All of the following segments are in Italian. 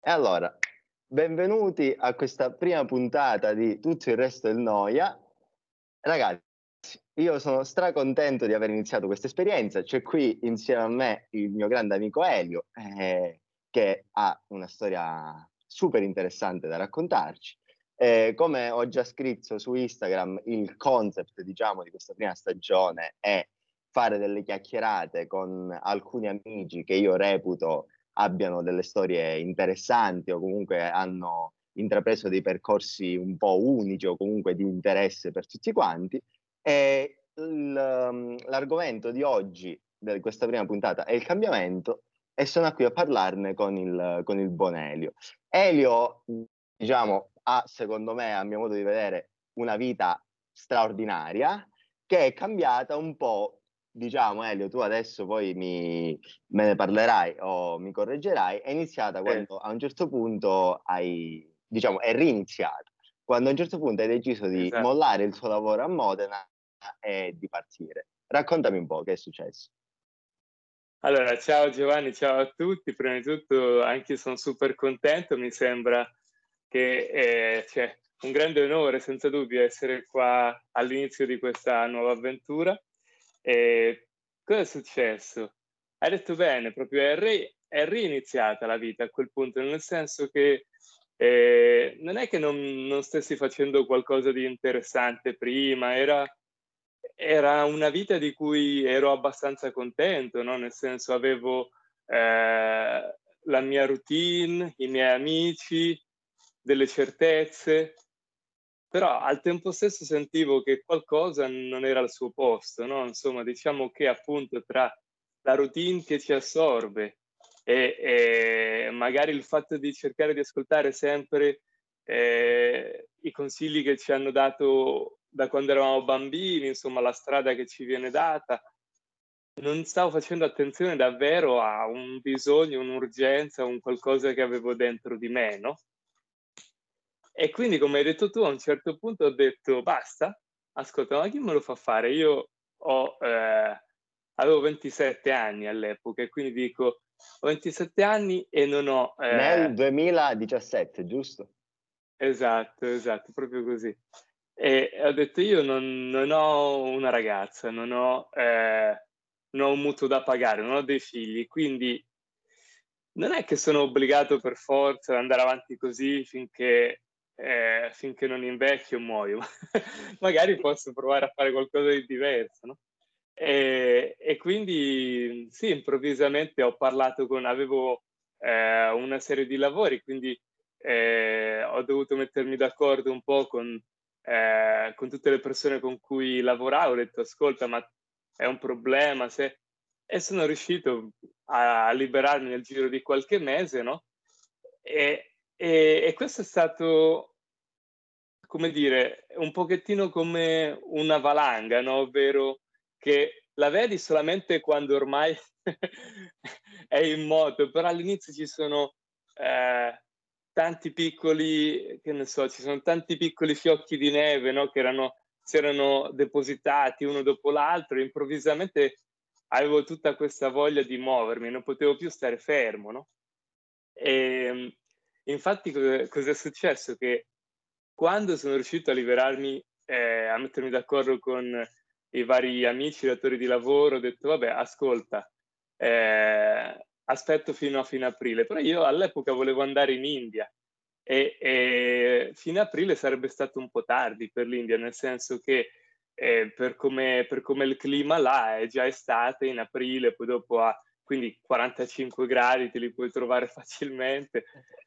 E allora, benvenuti a questa prima puntata di Tutto il resto è noia. Ragazzi, io sono stracontento di aver iniziato questa esperienza. C'è qui insieme a me il mio grande amico Elio, che ha una storia super interessante da raccontarci. Come ho già scritto su Instagram, il concept, diciamo, di questa prima stagione è fare delle chiacchierate con alcuni amici che io reputo abbiano delle storie interessanti o comunque hanno intrapreso dei percorsi un po' unici o comunque di interesse per tutti quanti. E l'argomento di oggi, di questa prima puntata, è il cambiamento e sono qui a parlarne con il buon Elio. Elio, diciamo, ha, secondo me, a mio modo di vedere, una vita straordinaria che è cambiata un po', diciamo, Elio, tu adesso poi me ne parlerai o mi correggerai, è iniziata Sì. quando a un certo punto diciamo, è riniziata, quando a un certo punto hai deciso di Esa mollare il tuo lavoro a Modena e di partire. Raccontami un po' che è successo. allora, ciao Giovanni, ciao a tutti. Prima di tutto anch'io son super contento, mi sembra che, cioè, un grande onore senza dubbio essere qua all'inizio di questa nuova avventura. Ehm, Cosa è successo? Hai detto bene, proprio è riniziata la vita a quel punto, nel senso che, non è che non stessi facendo qualcosa di interessante prima, era una vita di cui ero abbastanza contento, no, nel senso avevo, la mia routine, i miei amici, delle certezze, però al tempo stesso sentivo che qualcosa non era al suo posto, no, insomma diciamo che appunto tra la routine che ci assorbe e magari il fatto di cercare di ascoltare sempre, i consigli che ci hanno dato da quando eravamo bambini, insomma la strada che ci viene data, non stavo facendo attenzione davvero a un bisogno, un'urgenza, un qualcosa che avevo dentro di me, no? E quindi, come hai detto tu, a un certo punto ho detto: "Basta, ascolta, ma chi me lo fa fare?" Io ho avevo 27 anni all'epoca e quindi dico: "Ho 27 anni e non ho" Nel 2017, giusto? esatto, esatto, proprio così. E ho detto: "Io non ho una ragazza, non ho un mutuo da pagare, non ho dei figli, quindi non è che sono obbligato per forza ad andare avanti così finché non invecchio o muoio, magari posso provare a fare qualcosa di diverso, no?" E quindi sì, improvvisamente ho parlato con avevo, una serie di lavori, quindi, ho dovuto mettermi d'accordo un po' con tutte le persone con cui lavoravo. Ho detto: "Ascolta, ma è un problema se" e sono riuscito a liberarmi nel giro di qualche mese, no, e questo è stato, come dire, un pochettino come una valanga, no, ovvero che la vedi solamente quando ormai è in moto, però all'inizio ci sono, ehm, tanti piccoli che ne so, ci sono tanti piccoli fiocchi di neve, no, che si erano depositati uno dopo l'altro e improvvisamente avevo tutta questa voglia di muovermi, non potevo più stare fermo, no? Ehm, Infatti cos'è successo? Che quando sono riuscito a liberarmi, a mettermi d'accordo con i vari amici, datori di lavoro, ho detto: "Vabbè ascolta, aspetto fino a fine aprile", però io all'epoca volevo andare in India fine aprile sarebbe stato un po' tardi per l'India, nel senso che, per come il clima là è già estate in aprile, poi dopo ha quindi 45 gradi te li puoi trovare facilmente.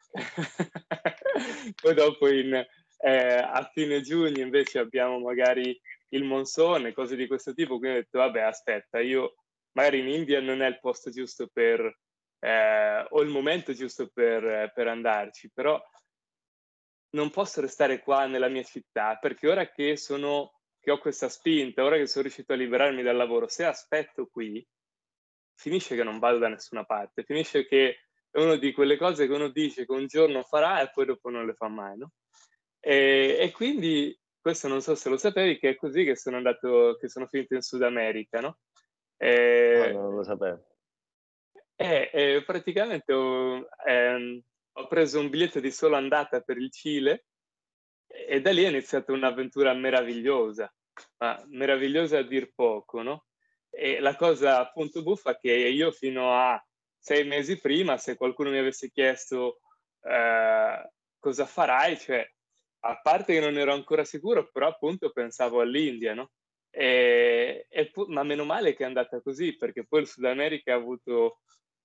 Poi dopo a fine giugno invece abbiamo magari il monsone, cose di questo tipo, quindi ho detto: "Vabbè aspetta, io magari in India non è il posto giusto o il momento giusto per andarci, però non posso restare qua nella mia città, perché ora che ho questa spinta, ora che sono riuscito a liberarmi dal lavoro, se aspetto qui, finisce che non vado da nessuna parte, finisce che è una di quelle cose che uno dice che un giorno farà e poi dopo non le fa mai, no, e quindi questo non so se lo sapevi, che è così che sono finito in Sud America, no, No, ehm non lo sapevo. praticamente ho ho preso un biglietto di sola andata per il Cile e da lì è iniziata un'avventura meravigliosa, ma meravigliosa a dir poco, no? E la cosa appunto buffa è che io fino a 6 mesi prima, se qualcuno mi avesse chiesto cosa farai, cioè, a parte che non ero ancora sicuro, però appunto pensavo all'India, no? Ma meno male che è andata così, perché poi il Sud America ha avuto,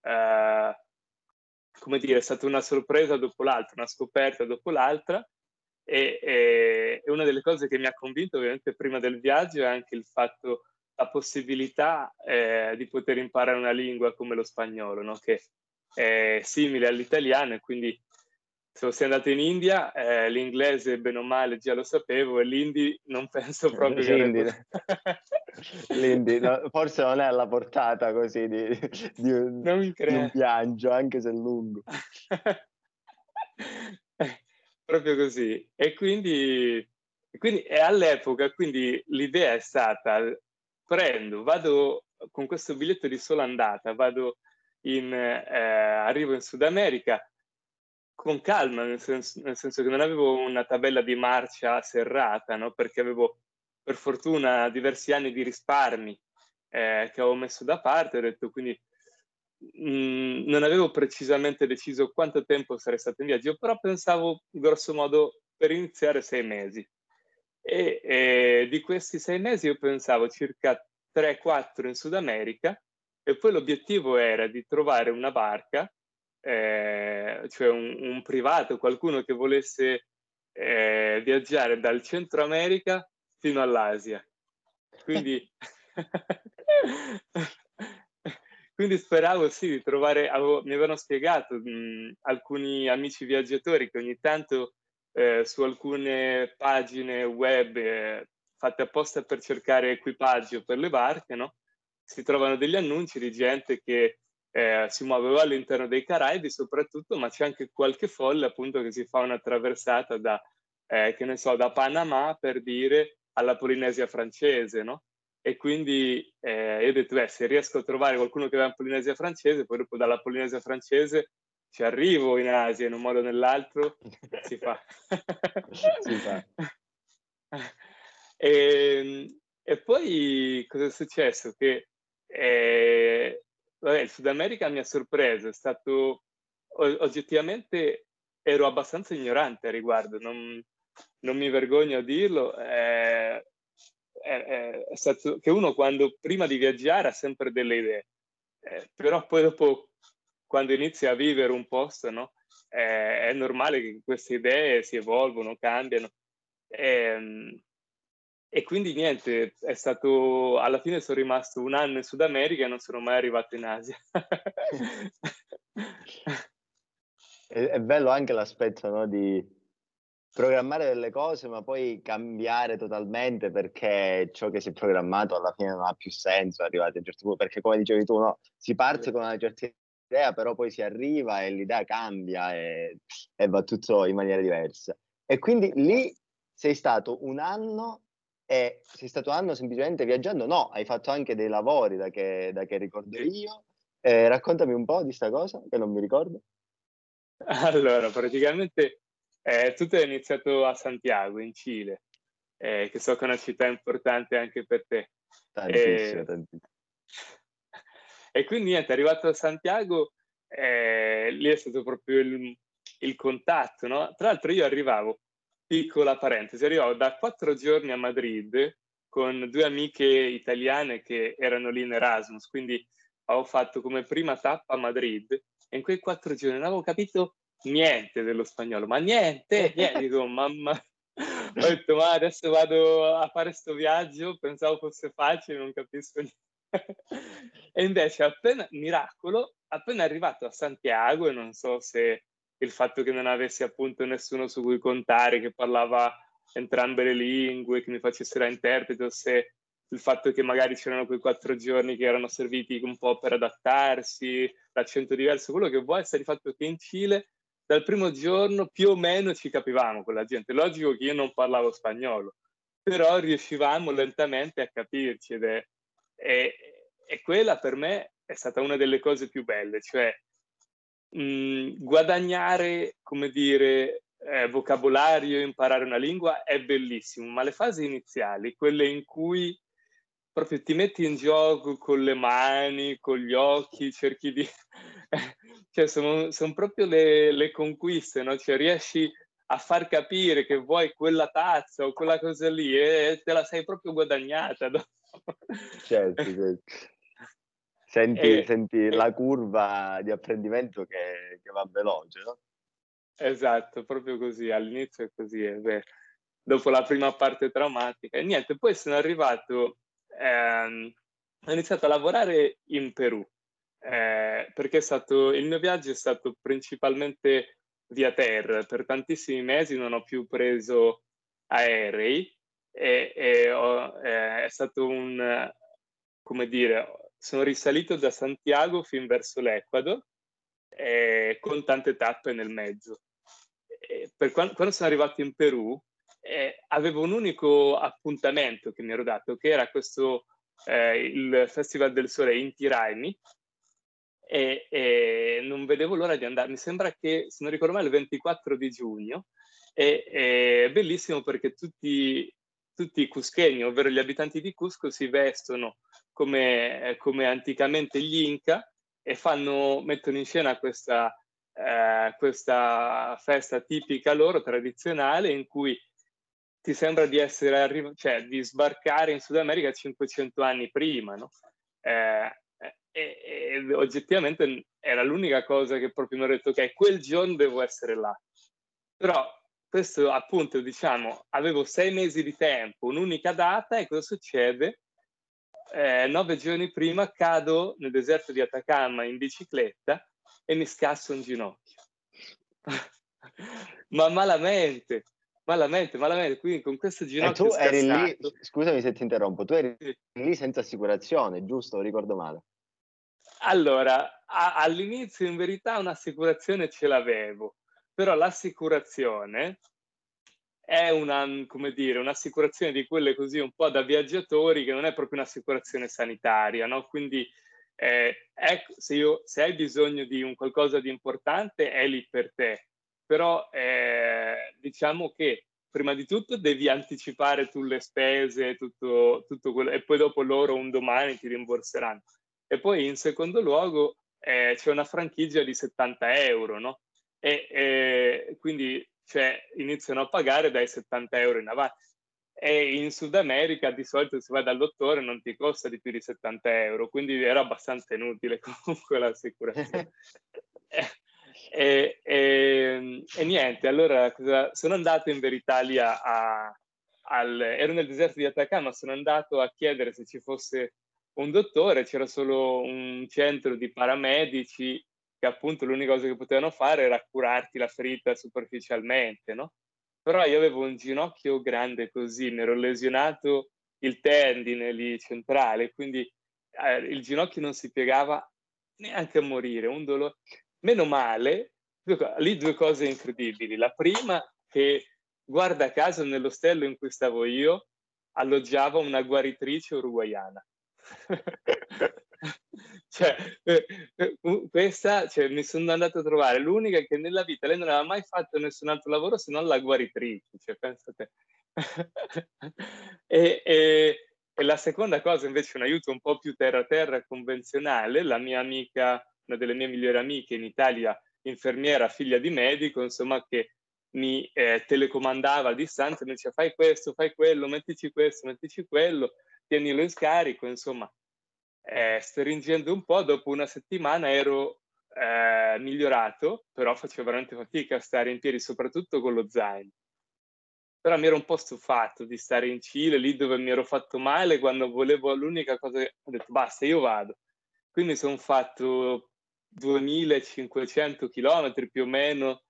come dire, è stata una sorpresa dopo l'altra, una scoperta dopo l'altra, e una delle cose che mi ha convinto ovviamente prima del viaggio è anche il fatto, la possibilità di poter imparare una lingua come lo spagnolo, no? Che è simile all'italiano, e quindi se fossi andato in India, l'inglese bene o male già lo sapevo, e l'hindi non penso proprio che avrei L'Indy, l'Indy forse non è alla portata così di non di un credo. viaggio, anche se lungo. Proprio così. E quindi all'epoca, quindi l'idea è stata: vado con questo biglietto di sola andata, arrivo in Sud America con calma, nel senso che non avevo una tabella di marcia serrata, no? Perché avevo per fortuna diversi anni di risparmi che avevo messo da parte. Ho detto, quindi non avevo precisamente deciso quanto tempo sarei stato in viaggio, però pensavo grosso modo per iniziare 6 mesi. E di questi 6 mesi io pensavo circa 3-4 in Sud America, e poi l'obiettivo era di trovare una barca, cioè un privato, qualcuno che volesse viaggiare dal Centro America fino all'Asia. Quindi, quindi speravo sì di trovare, mi avevano spiegato alcuni amici viaggiatori che ogni tanto su alcune pagine web fatte apposta per cercare equipaggio per le barche, no? Si trovano degli annunci di gente che si muoveva all'interno dei Caraibi soprattutto, ma c'è anche qualche folle appunto che si fa una traversata che ne so, da Panama, per dire, alla Polinesia francese, no? E quindi io ho detto, se riesco a trovare qualcuno che va in Polinesia francese, poi dopo dalla Polinesia francese ci arrivo in Asia, in un modo o nell'altro si fa. Si fa. E poi cosa è successo? Che vabbè, il Sud America mi ha sorpreso, è stato oggettivamente, ero abbastanza ignorante a riguardo, non mi vergogno a dirlo. È stato che uno, quando prima di viaggiare, ha sempre delle idee, però poi dopo, quando inizi a vivere un posto, no? È normale che queste idee si evolvono, cambiano. E quindi niente, è stato, alla fine sono rimasto un anno in Sud America e non sono mai arrivato in Asia. È bello anche l'aspetto, no, di programmare delle cose, ma poi cambiare totalmente perché ciò che si è programmato alla fine non ha più senso arrivati a un certo punto, perché come dicevi tu, no, si parte con una certa idea, però poi si arriva e l'idea cambia e va tutto in maniera diversa. E quindi lì sei stato 1 anno e sei stato 1 anno semplicemente viaggiando? No, hai fatto anche dei lavori da che ricordo Sì. io. Raccontami un po' di 'sta cosa che non mi ricordo. Allora, praticamente tutto è iniziato a Santiago, in Cile, che so che è una città importante anche per te. Tantissimo, E, tantissi e quindi niente, arrivato a Santiago, lì è stato proprio il contatto, no? Tra l'altro io arrivavo, piccola parentesi, arrivavo da 4 giorni a Madrid con 2 amiche italiane che erano lì in Erasmus, quindi avevo fatto come prima tappa a Madrid, e in quei 4 giorni non avevo capito niente dello spagnolo, ma niente, niente. Dico, mamma, ho detto, ma adesso vado a fare sto viaggio, pensavo fosse facile, non capisco niente. E invece, appena arrivato a Santiago, e non so se il fatto che non avessi appunto nessuno su cui contare, che parlava entrambe le lingue, che mi facesse da interprete, o se il fatto che magari c'erano quei 4 giorni che erano serviti un po' per adattarsi, l'accento diverso, quello che vuoi, sta di fatto che in Cile dal primo giorno più o meno ci capivamo con la gente. Logico che io non parlavo spagnolo, però riuscivamo lentamente a capirci, e quella per me è stata una delle cose più belle, cioè guadagnare, come dire, vocabolario, imparare una lingua è bellissimo, ma le fasi iniziali, quelle in cui proprio ti metti in gioco con le mani, con gli occhi, cerchi di cioè son proprio le conquiste, no, cioè riesci a far capire che vuoi quella tazza o quella cosa lì e te la sei proprio guadagnata dopo. Certo, certo. Senti E senti e la curva di apprendimento che va veloce, no? esatto, proprio così, all'inizio è così, è vero. Dopo la prima parte traumatica e niente, poi sono arrivato ho iniziato a lavorare in Perù, perché il mio viaggio è stato principalmente via terra. Per tantissimi mesi non ho più preso aerei è stato come dire, sono risalito da Santiago fin verso l'Ecuador, con tante tappe nel mezzo. Per quando sono arrivato in Perù, avevo un unico appuntamento che mi ero dato, che era questo, il Festival del Sole Inti Raymi, e non vedevo l'ora di mi sembra che, se non ricordo male, il 24 di giugno, è bellissimo perché tutti i cusqueños, ovvero gli abitanti di Cusco, si vestono come anticamente gli Inca e mettono in scena questa festa tipica loro, tradizionale, in cui ti sembra di essere cioè di sbarcare in Sud America 500 anni prima, no? E oggettivamente era l'unica cosa che proprio mi ho detto, ok, quel giorno devo essere là. Però questo appunto, diciamo, avevo 6 mesi di tempo, un'unica data e cosa succede? 9 giorni prima cado nel deserto di Atacama in bicicletta e mi scasso un ginocchio. Ma malamente, malamente, malamente. Quindi con questo E ginocchio tu eri lì, scassato, scusami se ti interrompo, tu eri sì. lì senza assicurazione, giusto? O ricordo male? Allora, all'inizio in verità un'assicurazione ce l'avevo, però l'assicurazione è come dire, un'assicurazione di quelle così un po' da viaggiatori, che non è proprio un'assicurazione sanitaria, no, quindi, ecco, se hai bisogno di un qualcosa di importante è lì per te, però, diciamo che prima di tutto devi anticipare tu le spese, tutto quello e poi dopo loro un domani ti rimborseranno. E poi in secondo luogo, c'è una franchigia di 70 €, no, quindi cioè, iniziano a pagare dai 70 € in avanti. E in Sud America di solito si va dal dottore, non ti costa di più di 70 €, quindi era abbastanza inutile comunque l'assicurazione. E niente, allora sono andato in verità lì ero nel deserto di Atacama, sono andato a chiedere se ci fosse un dottore, c'era solo un centro di paramedici che appunto l'unica cosa che potevano fare era curarti la ferita superficialmente, no? Però io avevo un ginocchio grande così, mi ero lesionato il tendine lì centrale, quindi il ginocchio non si piegava neanche a morire, un meno male, lì due cose incredibili. La prima, che guarda caso nell'ostello in cui stavo io alloggiava una guaritrice uruguaiana. Cioè, questa, cioè, mi sono andato a trovare l'unica che nella vita lei non aveva mai fatto nessun altro lavoro se non la guaritrice, cioè, pensa te. E, e- e la seconda cosa, invece, un aiuto un po' più terra-terra convenzionale, la mia amica, una delle mie migliori amiche in Italia, infermiera, figlia di medico, insomma, che mi telecomandava a distanza, mi diceva fai questo, fai quello, mettici quello, tienilo in scarico, insomma, stringendo un po', dopo una settimana ero migliorato, però facevo veramente fatica a stare in piedi, soprattutto con lo zaino. Però mi ero un po' stufato di stare in Cile, lì dove mi ero fatto male, quando volevo l'unica cosa che ho detto: "Basta, io vado". Quindi son fatto 2500 chilometri più o meno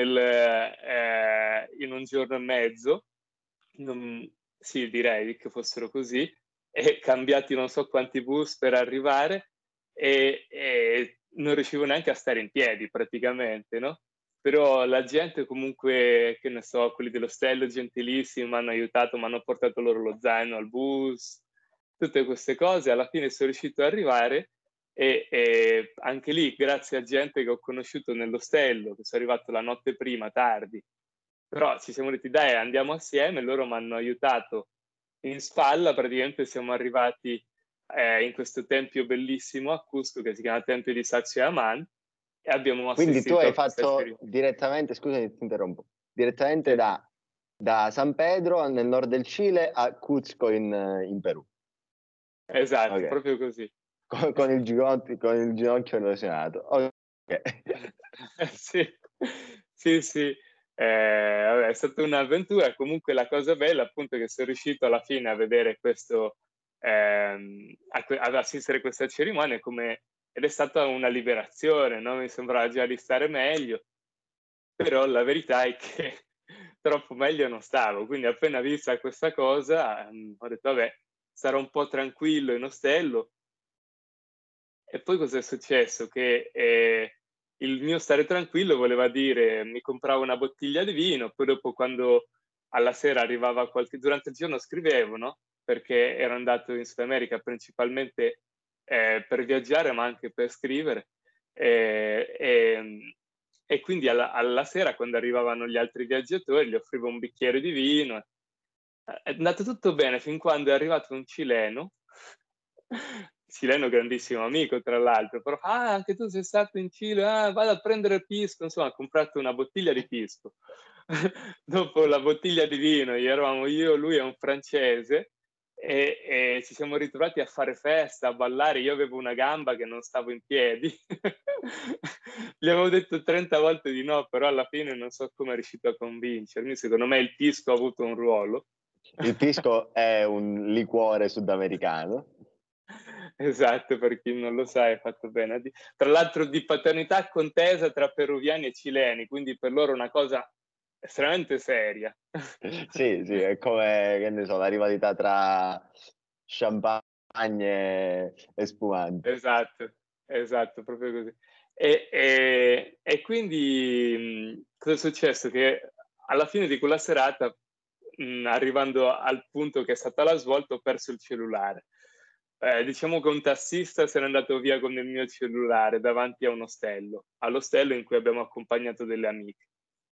in un giorno e mezzo. Non Sì, direi che fossero così, e cambiati non so quanti bus per arrivare, e non riuscivo neanche a stare in piedi praticamente, no, però la gente comunque, che ne so, quelli dell'ostello gentilissimi, m'hanno aiutato, m'hanno portato loro lo zaino al bus, tutte queste cose. Alla fine son riuscito ad arrivare e anche lì grazie a gente che ho conosciuto nell'ostello, che sono arrivato la notte prima, tardi, però ci siamo detti dai andiamo assieme, loro mi hanno aiutato in spalla, praticamente siamo arrivati in questo tempio bellissimo a Cusco che si chiama Tempio di Sacsayhuaman e abbiamo Quindi tu assistito hai a questa fatto cerimonia. direttamente, scusami ti interrompo, direttamente Sì, da San Pedro nel nord del Cile a Cuzco in Perù. esatto, Ok. proprio così. Con il ginocchio lesionato. Ok. Sì, sì, sì. Vabbè, è stata un'avventura. Comunque la cosa bella appunto è che sono riuscito alla fine a vedere questo, ad assistere a questa cerimonia ed è stata una liberazione, no? Mi sembrava già di stare meglio, però la verità è che troppo meglio non stavo. Quindi appena vista questa cosa, ho detto vabbè, sarò un po' tranquillo in ostello. E poi cos'è successo? Che, il mio stare tranquillo voleva dire mi compravo una bottiglia di vino, poi dopo quando alla sera arrivava durante il giorno scrivevo, no, perché ero andato in Sud America principalmente, per viaggiare, ma anche per scrivere. E quindi alla sera quando arrivavano gli altri viaggiatori gli offrivo un bicchiere di vino. È andato tutto bene fin quando è arrivato un cileno grandissimo amico tra l'altro, però "Ah, anche tu sei stato in Cile? Ah, vado a prendere pisco", insomma ha comprato una bottiglia di pisco. Dopo la bottiglia di vino, eravamo io, lui e un francese e ci siamo ritrovati a fare festa, a ballare. Io avevo una gamba che non stavo in piedi. Gli avevo detto 30 volte di no, però alla fine non so come è riuscito a convincermi. Secondo me il pisco ha avuto un ruolo. Il pisco è un liquore sudamericano. Esatto, per chi non lo sa, hai fatto bene a tra l'altro di paternità contesa tra peruviani e cileni, quindi per loro è una cosa estremamente seria. Sì, sì, è come, che ne so, la rivalità tra champagne e spumante. Esatto, esatto, proprio così. E quindi, cosa è successo? Che alla fine di quella serata, arrivando al punto che è stata la svolta, ho perso il cellulare. Diciamo che un tassista se n'è andato via con il mio cellulare davanti a un ostello, all'ostello in cui abbiamo accompagnato delle amiche.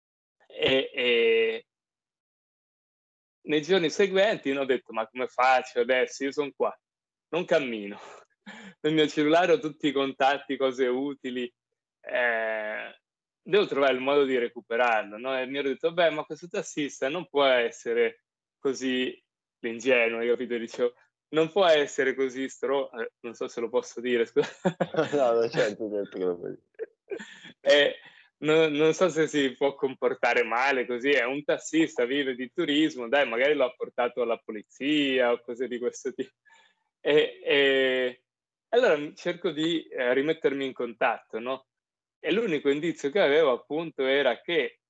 E nei giorni seguenti io ho detto: "Ma come faccio adesso? Io son qua, non cammino. Nel mio cellulare ho tutti i contatti, cose utili, ehm, devo trovare il modo di recuperarlo", no, e mi ero detto: "Beh, ma questo tassista non può essere così", l'ingenuo, hai capito, dicevo: "Non può essere così non so se lo posso dire scusa. No, no, certo, certo che lo puoi dire. E non so se si può comportare male così, è un tassista, vive di turismo, dai magari lo ha portato alla polizia o cose di questo tipo. E allora cerco di, rimettermi in contatto, no, e l'unico indizio che avevo appunto era che,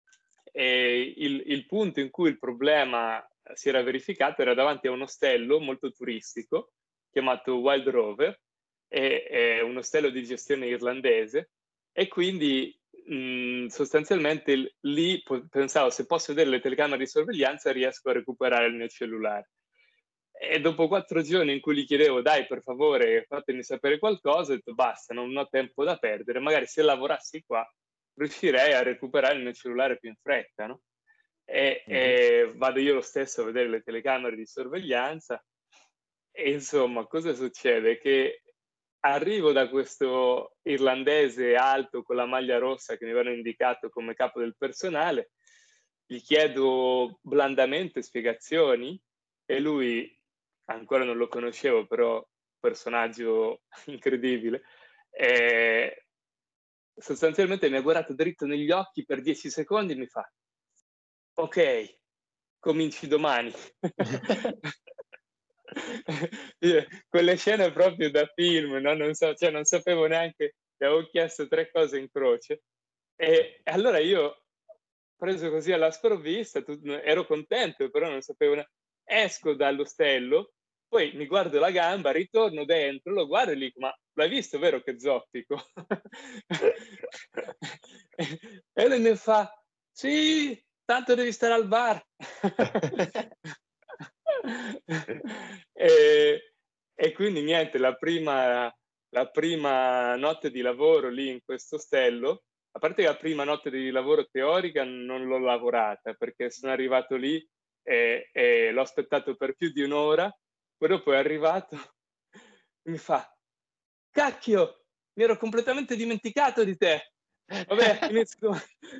il punto in cui il problema si era verificato era davanti a un ostello molto turistico chiamato Wild Rover, è un ostello di gestione irlandese e quindi, sostanzialmente lì pensavo: "Se posso vedere le telecamere di sorveglianza riesco a recuperare il mio cellulare". E dopo 4 giorni in cui gli chiedevo: "Dai per favore fatemi sapere qualcosa", ho detto: "Basta, non ho tempo da perdere, magari se lavorassi qua riuscirei a recuperare il mio cellulare più in fretta", no, Mh-mh. vado io lo stesso a vedere le telecamere di sorveglianza e insomma cosa succede? Che arrivo da questo irlandese alto con la maglia rossa che mi avevano indicato come capo del personale, gli chiedo blandamente spiegazioni e lui, ancora non lo conoscevo, però personaggio incredibile, ehm, sostanzialmente mi ha guardato dritto negli occhi per 10 secondi e mi fa: "Okay, cominci domani". Quelle scene proprio da film, no, non so, cioè non sapevo neanche, gli avevo chiesto 3 cose in croce e allora io, preso così alla sprovvista, ero contento, però non sapevo esco dall'ostello, poi mi guardo la gamba, ritorno dentro, lo guardo e gli dico: "Ma l'hai visto vero che zoppico?" E lui mi fa: "Sì, tanto devi stare al bar." E e quindi niente, la prima la prima notte di lavoro lì in questo ostello, a parte che la prima notte di lavoro teorica non l'ho lavorata, perché sono arrivato lì e l'ho aspettato per più di un'ora, poi dopo è arrivato e mi fa: "Cacchio, mi ero completamente dimenticato di te". Vabbè, inizio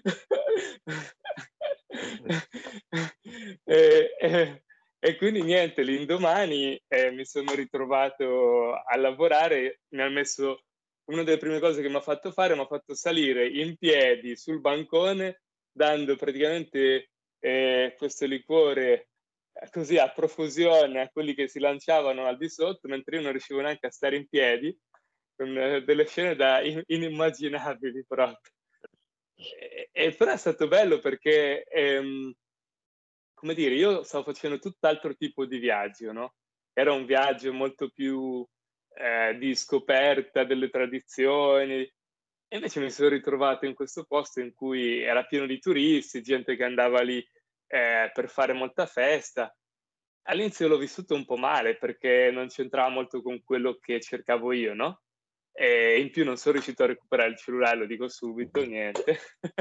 e e e quindi niente, l'indomani, mi sono ritrovato a lavorare, mi ha messo una delle prime cose che m'ha fatto fare, m'ha fatto salire in piedi sul bancone, dando praticamente, questo liquore, così a profusione a quelli che si lanciavano al di sotto, mentre io non riuscivo neanche a stare in piedi, con delle scene da inimmaginabili proprio. E però è stato bello perché, come dire, io stavo facendo tutt'altro tipo di viaggio, no, era un viaggio molto più, di scoperta delle tradizioni, e invece mi sono ritrovato in questo posto in cui era pieno di turisti, gente che andava lì, per fare molta festa. All'inizio l'ho vissuto un po' male perché non c'entrava molto con quello che cercavo io, no, e in più non son riuscito a recuperare il cellulare, lo dico subito, niente.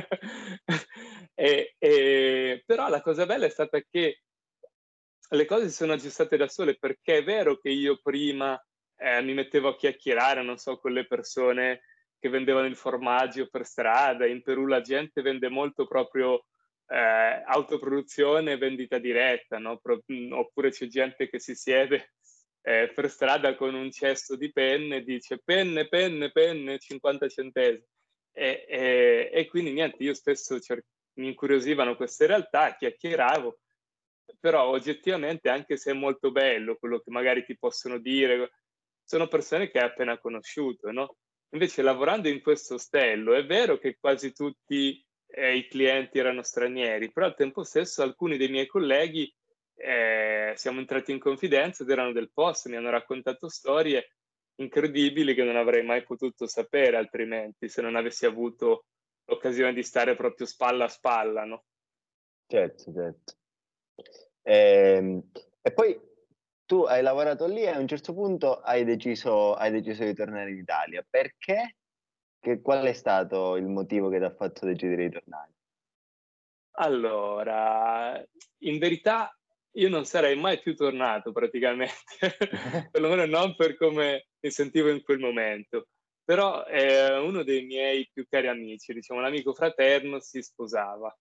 Però la cosa bella è stata che le cose si sono aggiustate da sole, perché è vero che io prima, mi mettevo a chiacchierare, non so, con le persone che vendevano il formaggio per strada. In Perù la gente vende molto proprio, autoproduzione e vendita diretta, no, oppure c'è gente che si siede, per strada con un cesto di penne e dice: "Penne, penne, penne, 50 centesimi". E quindi niente, io spesso mi incuriosivano queste realtà, chiacchieravo, però oggettivamente, anche se è molto bello quello che magari ti possono dire, sono persone che hai appena conosciuto, no, invece lavorando in questo ostello è vero che quasi tutti, i clienti erano stranieri, però al tempo stesso alcuni dei miei colleghi, siamo entrati in confidenza ed erano del posto, mi hanno raccontato storie incredibili che non avrei mai potuto sapere altrimenti, se non avessi avuto l'occasione di stare proprio spalla a spalla, no? Certo, certo. E poi tu hai lavorato lì e a un certo punto hai deciso di tornare in Italia. Perché? Qual è stato il motivo che t'ha fatto decidere di tornare? Allora, in verità io non sarei mai più tornato praticamente, perlomeno non per come mi sentivo in quel momento. Però, uno dei miei più cari amici, diciamo l'amico fraterno, si sposava.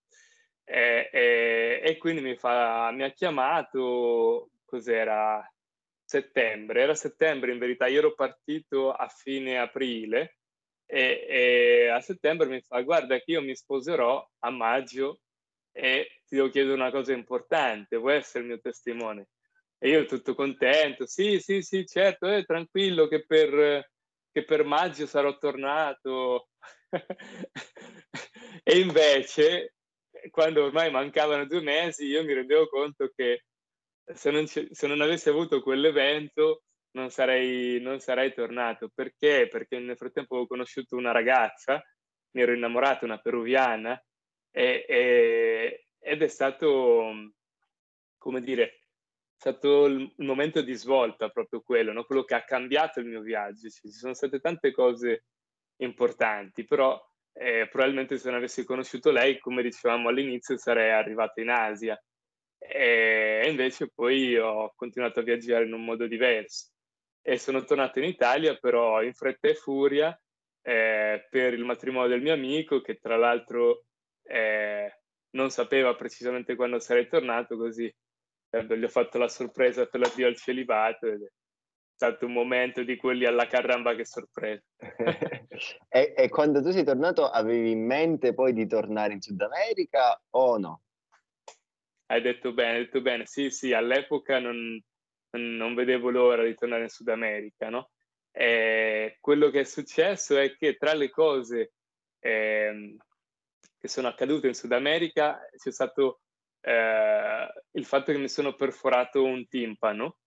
E quindi mi ha chiamato, cos'era, settembre, era settembre in verità, io ero partito a fine aprile e a settembre mi fa: "Guarda che io mi sposerò a maggio e ti devo chiedere una cosa importante, vuoi essere il mio testimone?" E io tutto contento: "Sì, sì, sì, certo, tranquillo che per maggio sarò tornato." E invece, quando ormai mancavano 2 mesi, io mi rendevo conto che se non avessi avuto quell'evento non sarei tornato. Perché? Perché nel frattempo avevo conosciuto una ragazza, mi ero innamorato, una peruviana, ed è stato, come dire, è stato il momento di svolta proprio quello, no, quello che ha cambiato il mio viaggio. Ci sono state tante cose importanti, però, probabilmente se non avessi conosciuto lei, come dicevamo all'inizio, sarei arrivato in Asia. E invece poi ho continuato a viaggiare in un modo diverso e sono tornato in Italia, però in fretta e furia, per il matrimonio del mio amico che tra l'altro, ehm, non sapeva precisamente quando sarei tornato, così, gli ho fatto la sorpresa per l'addio al celibato ed è stato un momento di quelli alla caramba che sorpresa. E quando tu sei tornato avevi in mente poi di tornare in Sud America o no? Hai detto bene, hai detto bene. Sì, sì, all'epoca non vedevo l'ora di tornare in Sud America, no, quello che è successo è che tra le cose, ehm, che sono accadute in Sud America c'è stato, il fatto che mi sono perforato un timpano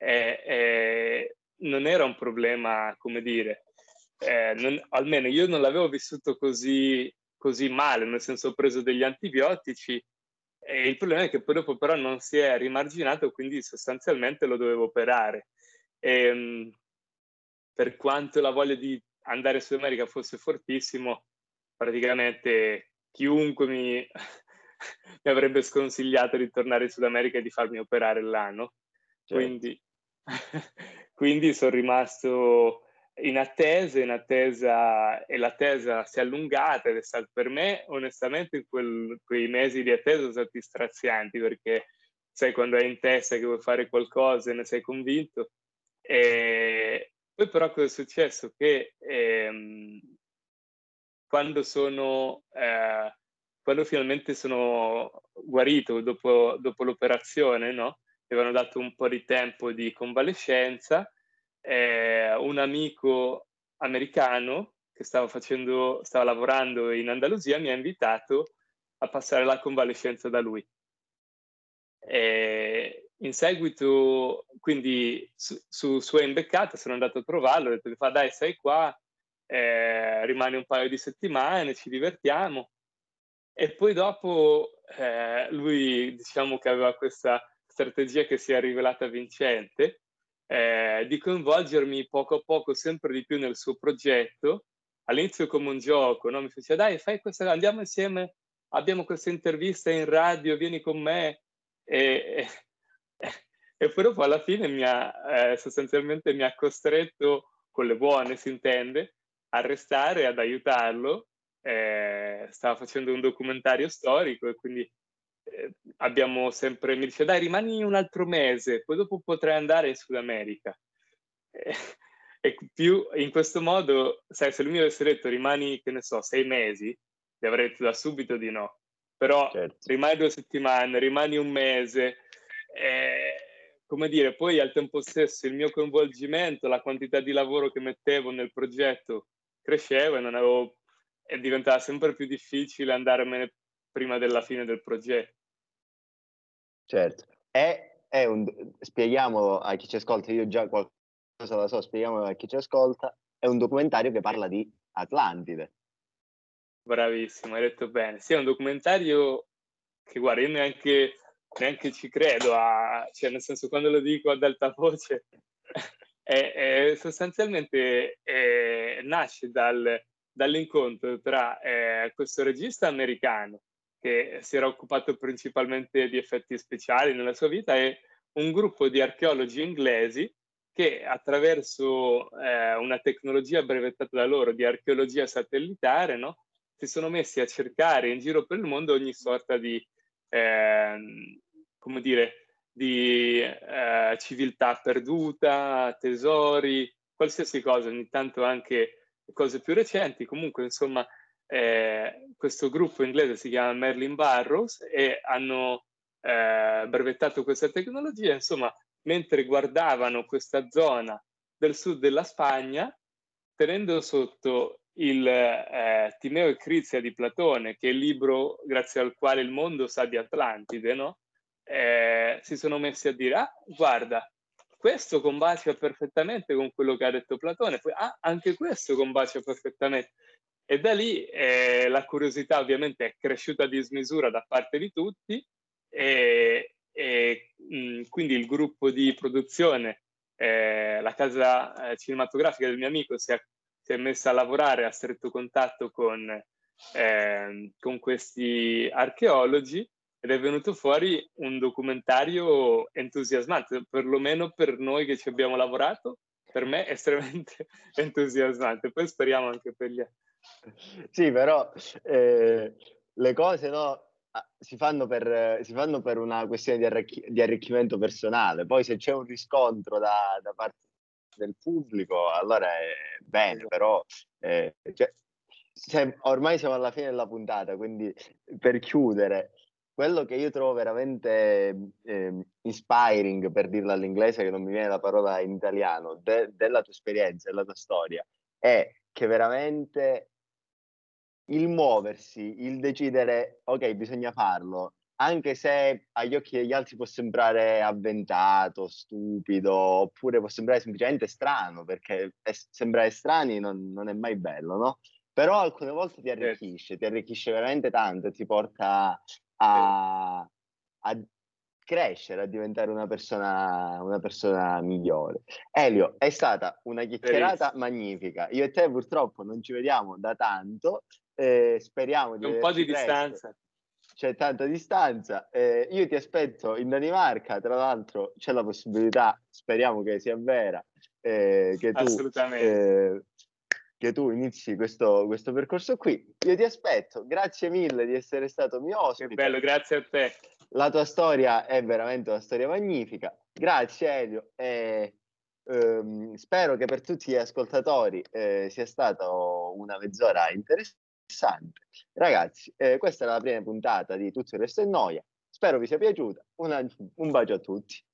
e non era un problema, come dire, non almeno io non l'avevo vissuto così male, nel senso ho preso degli antibiotici e il problema è che poi dopo però non si è rimarginato, quindi sostanzialmente lo dovevo operare. Ehm, per quanto la voglia di andare in Sud America fosse fortissimo, praticamente chiunque mi avrebbe sconsigliato di tornare in Sud America e di farmi operare là, no? Certo. Quindi son rimasto in attesa, e l'attesa si è allungata, ed è stato, per me onestamente, quei mesi di attesa sono stati strazianti, perché sai quando hai in testa che vuoi fare qualcosa e ne sei convinto. Poi però cosa è successo? Che quando quando finalmente sono guarito dopo l'operazione, no, mi avevano dato un po' di tempo di convalescenza, un amico americano che stava lavorando in Andalusia mi ha invitato a passare la convalescenza da lui. In seguito, quindi su sua imbeccata, sono andato a trovarlo, ho detto: "Fa dai, stai qua, rimani un paio di settimane, ci divertiamo". E poi dopo, lui, diciamo che aveva questa strategia che si è rivelata vincente, di coinvolgermi poco a poco sempre di più nel suo progetto. All'inizio come un gioco, no, mi faceva: "Dai, fai questa, andiamo insieme, abbiamo questa intervista in radio, vieni con me". E e poi dopo alla fine sostanzialmente mi ha costretto, con le buone s'intende, a restare, ad aiutarlo. Stava facendo un documentario storico, e quindi mi dice: "Dai, rimani un altro mese, poi dopo potrai andare in Sud America". E più in questo modo, sai, se lui mi avesse detto: "Rimani", che ne so, 6 mesi, gli avrei detto da subito di no. Però Certo. rimani 2 settimane, rimani 1 mese, come dire, poi al tempo stesso il mio coinvolgimento, la quantità di lavoro che mettevo nel progetto cresceva, e diventava sempre più difficile andarmene prima della fine del progetto. Certo. È un spieghiamolo a chi ci ascolta, io già qualcosa la so, spieghiamolo a chi ci ascolta, è un documentario che Sì. parla di Atlantide. Bravissimo, hai detto bene. Sì, è un documentario che, guarda, io neanche ci credo, cioè, nel senso, quando lo dico ad alta voce, è sostanzialmente, nasce dall'incontro tra, questo regista americano, che si era occupato principalmente di effetti speciali nella sua vita, e un gruppo di archeologi inglesi che, attraverso, una tecnologia brevettata da loro di archeologia satellitare, no, si sono messi a cercare in giro per il mondo ogni sorta di, come dire, di civiltà perduta, tesori, qualsiasi cosa, ogni tanto anche cose più recenti. Comunque, insomma, questo gruppo inglese si chiama Merlin Burrows, e hanno brevettato questa tecnologia. Insomma, mentre guardavano questa zona del sud della Spagna, tenendo sotto il Timeo e Crizia di Platone, che è il libro grazie al quale il mondo sa di Atlantide, no? Si sono messi a dire: "Ah, guarda, questo combacia perfettamente con quello che ha detto Platone, poi anche questo combacia perfettamente". E da lì la curiosità ovviamente è cresciuta a dismisura da parte di tutti, quindi il gruppo di produzione, la casa cinematografica del mio amico si è messa a lavorare a stretto contatto con questi archeologi, ed è venuto fuori un documentario entusiasmante, perlomeno per noi che ci abbiamo lavorato, per me è estremamente entusiasmante. Poi speriamo anche per gli altri. Sì, però, le cose, no, si fanno per una questione di arricchimento personale. Poi se c'è un riscontro da parte del pubblico, allora è bene, Esatto. però, cioè, ormai siamo alla fine della puntata, quindi per chiudere, quello che io trovo veramente, inspiring, per dirla all'inglese che non mi viene la parola in italiano, della tua esperienza, della tua storia, è che veramente il muoversi, il decidere: "Okay, bisogna farlo", anche se agli occhi degli altri può sembrare avventato, stupido, oppure può sembrare semplicemente strano, perché sembrare strani non è mai bello, no, però alcune volte ti arricchisce veramente tanto e ti porta Sì. a crescere, a diventare una persona migliore. Elio, è stata una chiacchierata Verissimo. magnifica. Io e te purtroppo non ci vediamo da tanto, speriamo di C'è un po' vederci di presto. distanza. C'è tanta distanza. Io ti aspetto in Danimarca, tra l'altro c'è la possibilità, speriamo che sia vera, che tu, Assolutamente. eh, che tu inizi questo percorso qui. Io ti aspetto, grazie mille di essere stato mio Che ospite. bello, grazie a te. La tua storia è veramente una storia magnifica. Grazie Elio e spero che per tutti gli ascoltatori sia stata una mezz'ora interessante. Ragazzi, questa è la prima puntata di Tutto il resto è noia. Spero vi sia piaciuta. Un bacio a tutti.